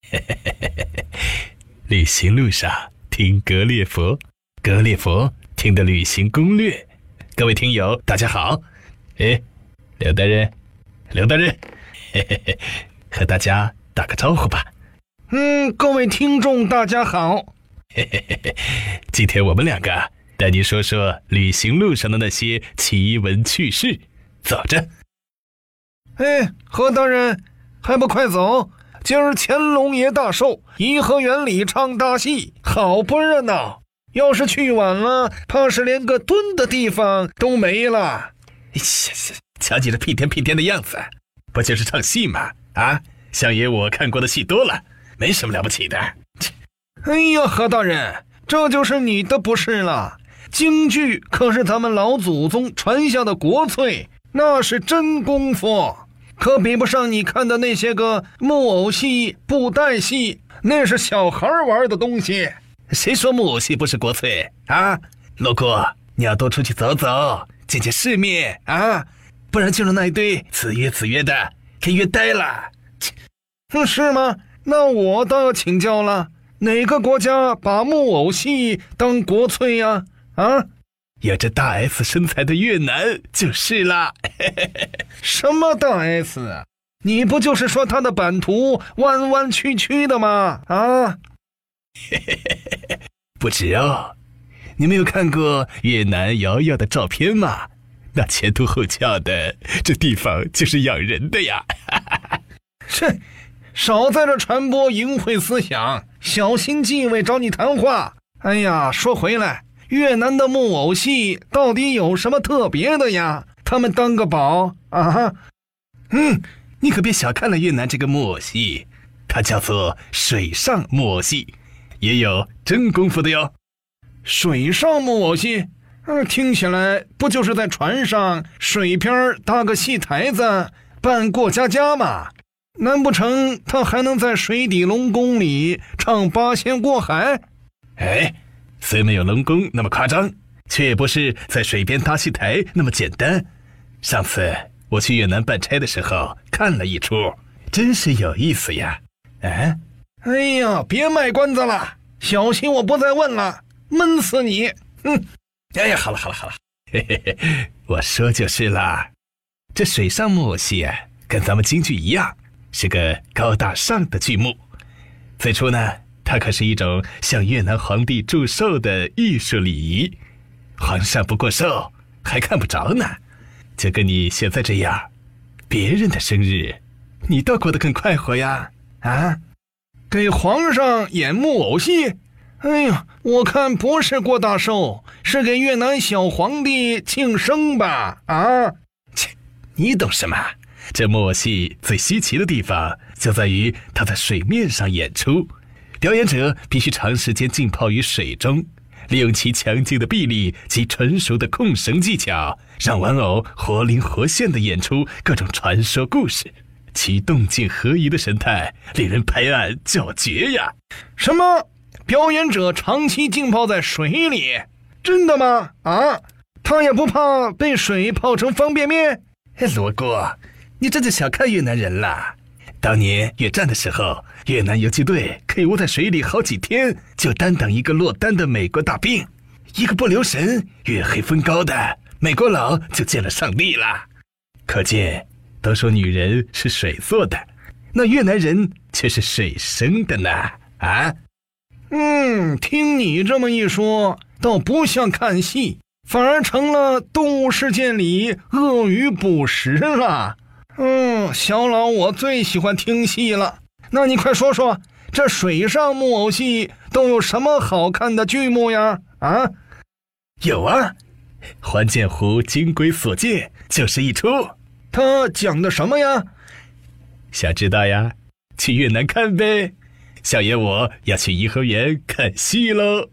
旅行路上听格列佛，格列佛听的旅行攻略。各位听友大家好。刘大人，和大家打个招呼吧。 各位听众大家好。 今天我们两个带你说说旅行路上的那些奇闻趣事。走着。 何大人还不快走，今儿乾隆爷大寿，颐和园里唱大戏，好不热闹，要是去晚了，怕是连个蹲的地方都没了。 瞧你这屁颠的样子，不就是唱戏吗？相爷我看过的戏多了，没什么了不起的。 哎呀，何大人，这就是你的不是了。京剧可是咱们老祖宗传下的国粹，那是真功夫，可比不上你看的那些个木偶戏、布袋戏，那是小孩玩的东西。 谁说木偶戏不是国粹啊？路过你要多出去走走，见见世面啊，不然进入那一堆子曰的，给约呆了。 是吗？那我倒要请教了，哪个国家把木偶戏当国粹呀？ 有着大 S 身材的越南就是啦。 什么大 S？ 你不就是说他的版图弯弯曲曲的吗？ 不止哦，你没有看过越南瑶瑶的照片吗？那前凸后翘的，这地方就是养人的呀。 少在这传播淫秽思想，小心纪委找你谈话。哎呀，说回来，越南的木偶戏到底有什么特别的呀？他们当个宝啊！ 你可别小看了越南这个木偶戏，它叫做水上木偶戏，也有真功夫的哟。 水上木偶戏，听起来不就是在船上水边搭个戏台子扮过家家吗？难不成他还能在水底龙宫里唱八仙过海？ 虽没有龙宫那么夸张，却也不是在水边搭戏台那么简单。上次我去越南办差的时候看了一出，真是有意思呀。 哎呀，别卖关子了，小心我不再问了，闷死你。 好了，我说就是啦。这水上木偶戏跟咱们京剧一样，是个高大上的剧目。最初呢，它可是一种向越南皇帝祝寿的艺术礼仪。皇上不过寿还看不着呢，就跟你现在这样，别人的生日你倒过得更快活呀。 给皇上演木偶戏？哎呀，我看不是过大寿，是给越南小皇帝庆生吧？ 你懂什么？这木偶戏最稀奇的地方就在于它在水面上演出，表演者必须长时间浸泡于水中，利用其强劲的臂力及纯熟的控绳技巧，让玩偶活灵活现地演出各种传说故事，其动静合一的神态令人拍案叫绝呀。 什么？表演者长期浸泡在水里？真的吗？他也不怕被水泡成方便面？ 罗锅，你这就小看越南人了。当年越战的时候，越南游击队可以窝在水里好几天，就单等一个落单的美国大兵，一个不留神，月黑风高的，美国佬就见了上帝了。可见都说女人是水做的，那越南人却是水生的呢。 听你这么一说，倒不像看戏，反而成了动物世界里鳄鱼捕食了。小老我最喜欢听戏了，那你快说说，这水上木偶戏都有什么好看的剧目呀？ 有啊，还剑湖金龟所见就是一出。 他讲的什么呀？ 想知道呀？去越南看呗。小爷我要去颐和园看戏喽。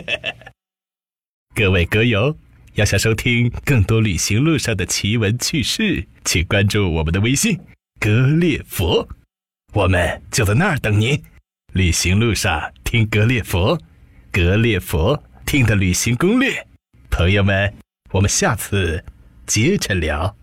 各位歌友，要想收听更多旅行路上的奇闻趣事，请关注我们的微信格列佛，我们就在那儿等您。旅行路上听格列佛，格列佛听的旅行攻略。朋友们，我们下次接着聊。